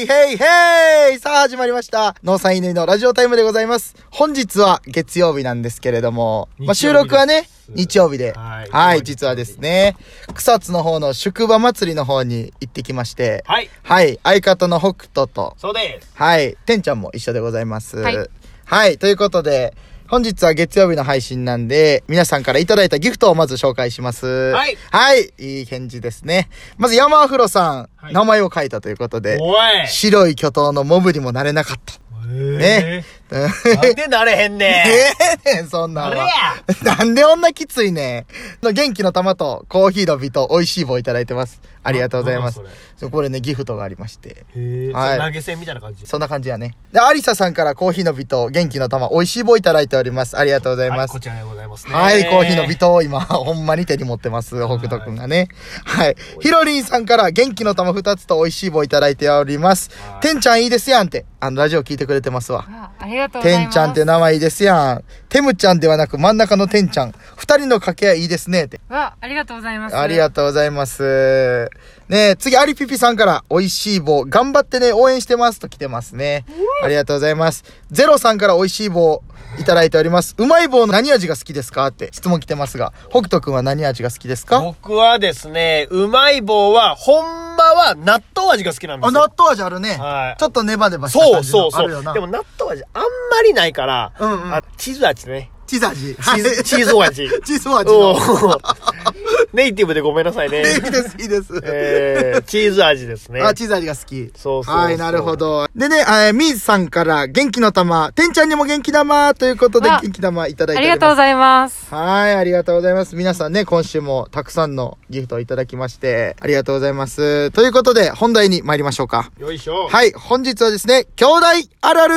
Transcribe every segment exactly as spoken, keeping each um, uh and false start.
ヘイヘイヘイさあ始まりました。農産犬のラジオタイムでございます。本日は月曜日なんですけれども、まあ、収録はね、日曜日で。はい。はい、実はですね、草津の方の宿場祭りの方に行ってきまして、はい。はい、相方の北斗と、そうです。はい、てんちゃんも一緒でございます。はい。はい、ということで、本日は月曜日の配信なんで、皆さんからいただいたギフトをまず紹介します。はい。はい。いい返事ですね。まず山アフロさん、はい、名前を書いたということで、おい白い巨頭のモブにもなれなかった。ね。なんでなれへんねん。ええねん、そんなんは。なんで女きついねん。元気の玉とコーヒーの美と美味しい棒いただいてます。ありがとうございます。そこれね、ギフトがありまして。へえ。はい。投げ銭みたいな感じ。そんな感じやね。で、アリサさんからコーヒーの美と元気の玉、美味しい棒いただいております。ありがとうございます。はい、こちらでございますね。はい、コーヒーの美と今、ほんまに手に持ってます。北斗くんがね。はい。ヒロリンさんから元気の玉ふたつと美味しい棒いただいております。てんちゃんいいですやんって、あの、ラジオ聞いてくれてますわ。 ありがとうございます。 てんちゃんって名前いいですやん。てむちゃんではなく真ん中のてんちゃん。二人の掛け合いいいですねって。 わ、ありがとうございます。 ありがとうございます。ねえ、次、アリピピさんから美味しい棒、頑張ってね、応援してますと来てますね。ありがとうございます。ゼロさんから美味しい棒いただいております。うまい棒の何味が好きですかって質問来てますが、北斗くんは何味が好きですか？ 僕はですね、うまい棒は、ほんまは納豆味が好きなんですよ。 あ、納豆味あるね。はい。ちょっとネバネバした感じのあるよな。 そうそうそう。でも納豆味あんまりないから、うんうん、あチーズ味ね。 チーズ味。チーズ、チーズ味。 チーズ味の。 ネイティブでごめんなさいね。 いいです、いいです。 えー、チーズ味ですね。 あ、チーズ味が好き。 そうそうそう。 はい、なるほど。でね、えー、ミーズさんから元気の玉、てんちゃんにも元気玉ということで元気玉いただいております。 ありがとうございます。 はい、ありがとうございます。皆さんね、今週もたくさんのギフトをいただきまして、ありがとうございます。ということで、本題に参りましょうか。 よいしょ。 はい、本日はですね、兄弟あるある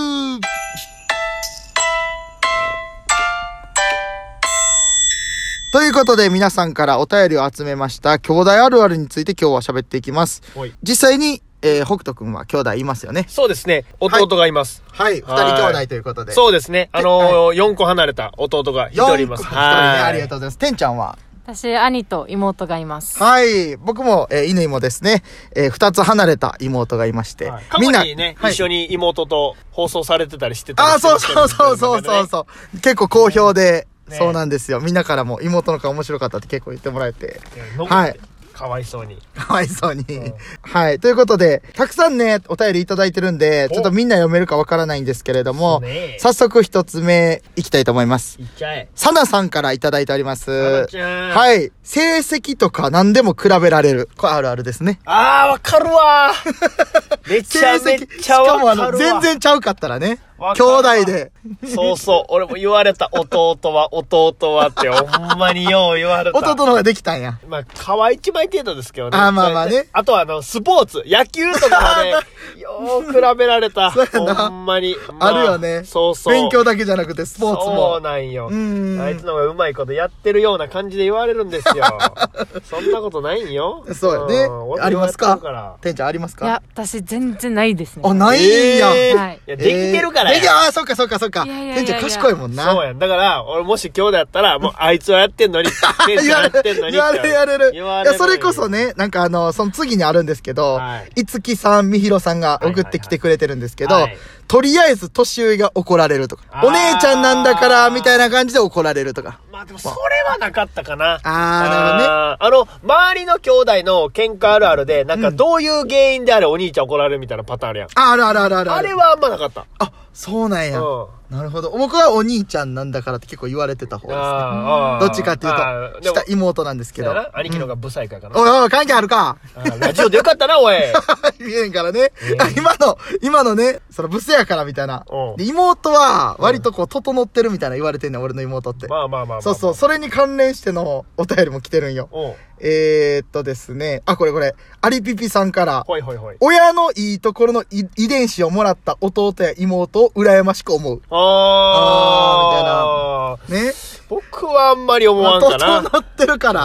ということで皆さんからお便りを集めました兄弟あるあるについて今日は喋っていきます。実際に、えー、北斗くんは兄弟いますよね。 そうですね。弟がいます。 はい。二、はい、人兄弟ということで。 そうですね。あのー、はい、よんこ離れた弟が一人います。 一人ね、ありがとうございます。てんちゃんは私、兄と妹がいます。 はい。僕も、えー、犬もですね、えー、二つ離れた妹がいまして。はい、 みんな、ね、はい、一緒に妹と放送されてたりしてたりして、 ね。あ、そうそうそうそうそうそう。結構好評で。ね、そうなんですよ。みんなからも妹の顔面白かったって結構言ってもらえて。はい。 かわいそうに。 かわいそうに。うん、はい。ということで、たくさんね、お便りいただいてるんで、ちょっとみんな読めるかわからないんですけれども、ね、早速一つ目いきたいと思います。 いっちゃえ。 サナさんからいただいております。 サナちゃん。 はい。成績とか何でも比べられる。これあるあるですね。 あー、わかるわー。めちゃめちゃわかるわ。しかもあの、 全然ちゃうかったらね。兄弟で。 そうそう。俺も言われた。弟は、弟はって、ほんまによう言われた。 弟の方ができたんや。 まあ、皮一枚程度ですけどね。 あ、まあまあね。 あとは、あの、スポーツ、野球とかまで、よう比べられた。そうやな。ほんまに。 まあ、あるよね。 そうそう。 勉強だけじゃなくて、スポーツも。 そうなんよ。うん。あいつの方がうまいことやってるような感じで言われるんですよ。そんなことないんよ。 そうやね。ありますか？てんちゃんありますか？ いや、私全然ないですね。 あ、ないんや。はい。 いや、できてるからや。 あ、そっかそっかそっか。てんちゃん賢いもんな。 そうやん。だから、俺もし今日だったら、もうあいつはやってんのに、てんちゃんやってんのに。 言われる言われる。いや、それこそね、なんかあの、その次にあるんですけど、いつきさん、みひろさんが送ってきてくれてるんですけど、とりあえず年上が怒られるとか、お姉ちゃんなんだから、みたいな感じで怒られるとか。 まあでもそれはなかったかな。 あー、なるほどね。 あの、周りの兄弟の喧嘩あるあるで、なんかどういう原因であれお兄ちゃん怒られるみたいなパターンあるやん。 あ、あるあるあるある。 あれはあんまなかった。 あ、そうなんや。なるほど。僕はお兄ちゃんなんだからって結構言われてた方ですね。どっちかっていうと、下妹なんですけど。 兄貴の方がブサイクかな。 おいおい、関係あるか。 ラジオでよかったな、おい。 見えんからね。今の、今のね、そのブスやからみたいな。で、妹は割とこう、整ってるみたいな言われてんねん、俺の妹って。 まあまあまあ。 そうそう、それに関連してのお便りも来てるんよ。えーっとですね。あ、これこれ。アリピピさんから。 ほいほいほい。 親のいいところの遺伝子をもらった弟や妹を羨ましく思う。 あー。 あー、みたいな。ね。 僕僕はあんまり思わんかな。 整ってるから、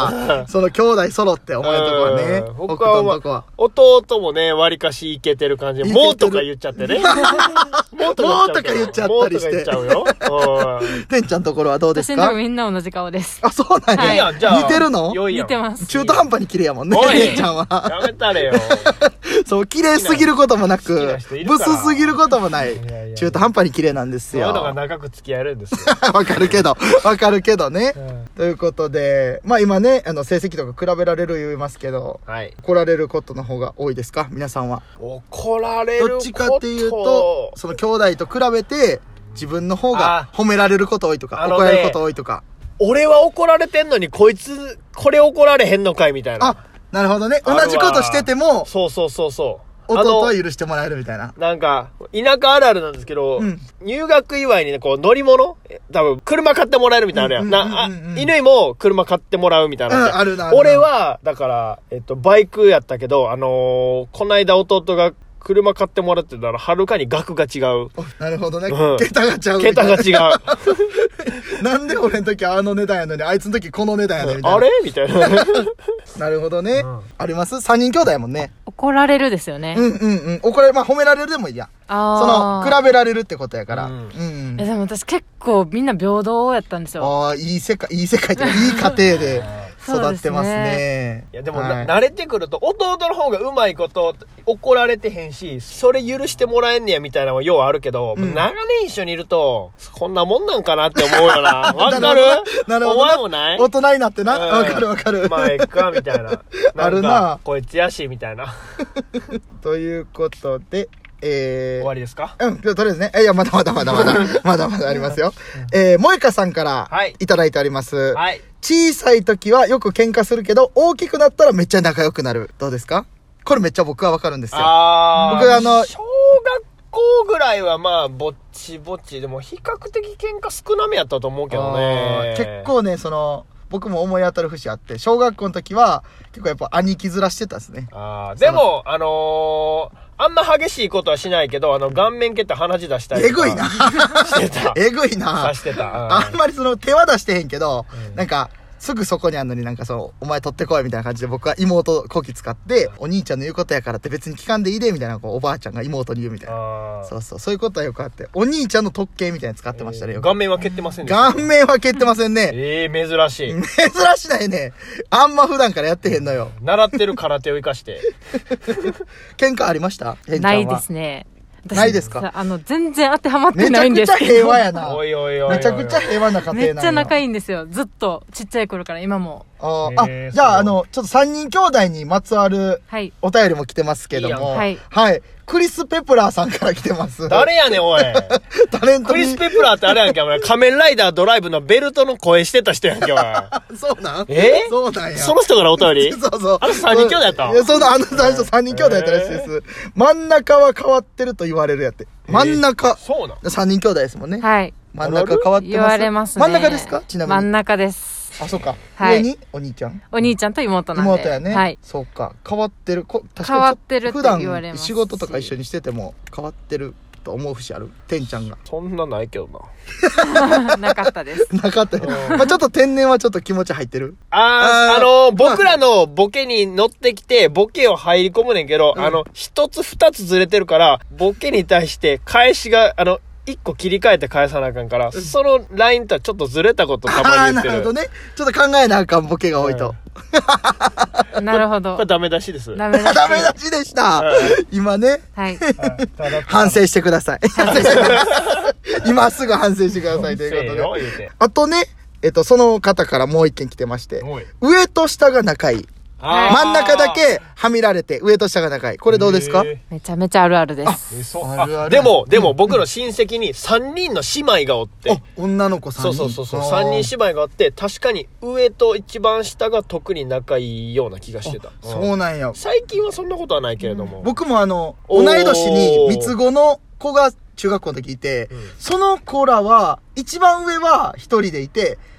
その兄弟揃って思えるとこはね。 僕は、まあ、弟もね、割かしイケてる感じで、もうとか言っちゃってね。もうとか言っちゃったりして。 もうとか言っちゃうよ。 てんちゃんところはどうですか？ 私のみんな同じ顔です。 あ、そうなんや。 いいやん、じゃあ。 似てるの？ 似てます。 中途半端に綺麗やもんね、てんちゃんは。 やめたれよ。 そう、綺麗すぎることもなく、ブスすぎることもない。中途半端に綺麗なんですよ。 そういうのが長く付き合えるんですよ。 わかるけど、わかるけどね。ということで、まあ今ね、あの、成績とか比べられる言いますけど、怒られることの方が多いですか？皆さんは。 怒られること。 どっちかっていうと、その兄弟と比べて、自分の方が褒められること多いとか、怒られること多いとか。 俺は怒られてんのに、こいつ、これ怒られへんのかいみたいな。 あ、なるほどね。同じことしてても、 そうそうそうそう。 弟は許してもらえるみたいな。 なんか、田舎あるあるなんですけど、うん、入学祝いにね、こう、乗り物多分、車買ってもらえるみたいなのや。な、あ、犬も車買ってもらうみたいな、うん。 あるな。 俺は、だから、えっと、バイクやったけど、あのー、こないだ弟が、車買ってもらってたら、はるかに額が違う。 なるほどね。うん、桁が違う。 桁が違う。 なんで俺の時あの値段やのに、あいつの時この値段やねみたいな。 あれみたいな。 なるほどね。うん、ありますさんにん兄弟やもんね。 怒られるですよね。 うんうんうん。怒られる、まあ褒められるでもいいや。あその、比べられるってことやから。うん。うんうん、 えでも私結構みんな平等やったんですよ。 ああ、いい世界、いい世界っていい家庭で。育ってますね。 いやでも、はい、慣れてくると弟の方がうまいこと怒られてへんし、それ許してもらえんねやみたいなのはようあるけど、うん、長年一緒にいるとこんなもんなんかなって思うよな。わかる？ なるほど。お前もない？大人になってな。わ、うん、かるわかる。 まあえっかみたいな。 あるな。 こいつやしみたいな。 ということで。えー、 終わりですか？ うん、とりあえずね。いや、まだまだまだまだ、まだまだありますよ。えー、萌香さんからいただいております。はい。小さい時はよく喧嘩するけど、大きくなったらめっちゃ仲良くなる。どうですか？これめっちゃ僕はわかるんですよ。あ僕あの、 小学校ぐらいはまあ、ぼっちぼっち。でも比較的喧嘩少なめやったと思うけどね。 結構ね、その、僕も思い当たる節あって、小学校の時は結構やっぱ兄貴面してたんですね。 あでも、あのー、あんま激しいことはしないけど、あの、顔面蹴って鼻血出したりとか。 えぐいな。 してた。 えぐいな。 さしてた。 うん、あんまりその手は出してへんけど、うん、なんか、すぐそこにあんのになんかその、お前取ってこいみたいな感じで僕は妹こき使って、お兄ちゃんの言うことやからって別に聞かんでいいでみたいな、こうおばあちゃんが妹に言うみたいな。そうそう、そういうことはよくあって、お兄ちゃんの特権みたいなの使ってましたね。 えー、顔面は蹴ってませんでした。 顔面は蹴ってませんね。 ええー、珍しい。 珍しないね。あんま普段からやってへんのよ。 習ってる空手を生かして。 喧嘩ありました？ ないですね。 ないですか？ あの、全然当てはまってないんですけど。 めちゃくちゃ平和やな。 おいおいおいおい。 めちゃくちゃ平和な家庭なんや。 めっちゃ仲いいんですよ。ずっと、ちっちゃい頃から今も。 ああ、じゃあ、あの、ちょっとさんにん兄弟にまつわる、お便りも来てますけども。 はい。 はい。クリス・ペプラーさんから来てます。 誰やねん、おい。 タレントクリス・ペプラーってあれやんけ、お前。仮面ライダードライブのベルトの声してた人やんけ、お前。 そうなんえそうなんや。 その人からお便りそうそう。 あのさんにん兄弟やったいや、そうだ、あの最初さんにん兄弟やったらしいです。真ん中は変わってると言われるやって。真ん中。 そうなんさんにん兄弟ですもんね。 はい。 真ん中変わってます。 言われますね。 真ん中ですか？ちなみに。 真ん中です。 あ、そうか。 はい、 上にお兄ちゃんお兄ちゃんと妹なんで。 妹やね。 はい。 そうか。変わってる。こ確かに変わってるって言われます。 普段仕事とか一緒にしてても変わってると思う節ある？てんちゃんが。 そんなないけどな。 なかったです。 なかったよ。まあちょっと天然はちょっと気持ち入ってる。 あー、あのー、僕らのボケに乗ってきて、ボケを入り込むねんけど、うん、あの、一つ二つずれてるから、ボケに対して返しが、あの、一個切り替えて返さなあかんから、うん、そのラインとはちょっとずれたことたまに言ってる。 あー、なるほどね。ちょっと考えなあかんボケが多いと。 うん、なるほど。 これダメ出しです。 ダメ出し。 ダメ出しでした。はい、今ね。 はい。 反省してください。今すぐ反省してくださいということで。あとね、えっと、その方からもう一件来てまして、上と下が仲いい。真ん中だけはみられて上と下が仲いい。これどうですか？ めちゃめちゃあるあるです。 あるある。でも、でも僕の親戚にさんにんの姉妹がおって。 女の子さんにん。 そうそうそう。さんにん姉妹がおって、確かに上と一番下が特に仲いいような気がしてた。 そうなんや。 最近はそんなことはないけれども。 僕もあの、同い年に三つ子の子が中学校の時いて、その子らは、一番上は一人でいて、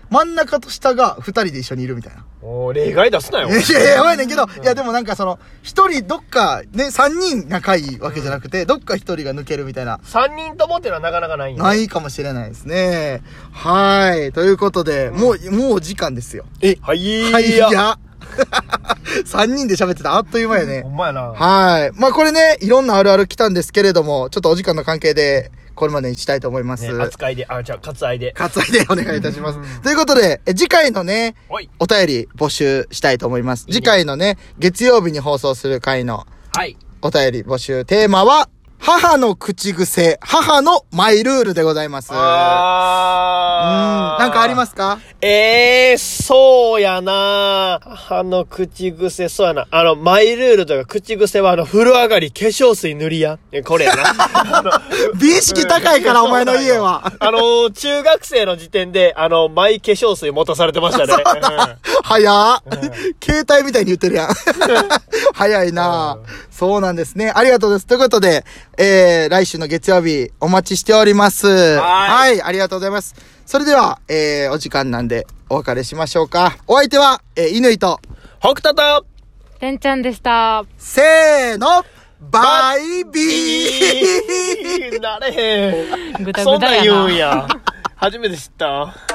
真ん中と下が二人で一緒にいるみたいな。 おー、例外出すなよ。 いやいや、やばいねんけど、いやでもなんかその、一人どっか、ね、三人仲いいわけじゃなくて、どっか一人が抜けるみたいな。 三人ともっていうのはなかなかないんや。 ないかもしれないですね。はい。ということで、もう、もう時間ですよ。 え、はいーはい、いや。 や。三人で喋ってたあっという間やね。 ほんまやな。 はい。まあこれね、いろんなあるある来たんですけれども、ちょっとお時間の関係で、これまでにしたいと思います。 ね、扱いで、あ、じゃあ、割愛で。 割愛でお願いいたします。ということで、え次回のね、 おい。 お便り募集したいと思います。 いいね次回のね、月曜日に放送する回のはい。 お便り募集。テーマは、母の口癖、母のマイルールでございます。うーん。 あー。 なんかありますか？ ええー、そうやな母の口癖、そうやな。あの、マイルールとか口癖は、あの、風呂上がり化粧水塗りや。えこれやな。あの美意識高いから、お前の家は。 あの、中学生の時点で、あの、マイ化粧水持たされてましたね。 早っ。携帯みたいに言ってるやん。早いなそうなんですね。ありがとうです。ということで、えー、来週の月曜日お待ちしております。はい。はい、ありがとうございます。それでは、えー、お時間なんでお別れしましょうか。お相手は、えー、乾と、 北斗と、 てんちゃんでした。 せーの、バイビーなれへん。 ぐだそんなんぐだやな。 言うんや。初めて知った。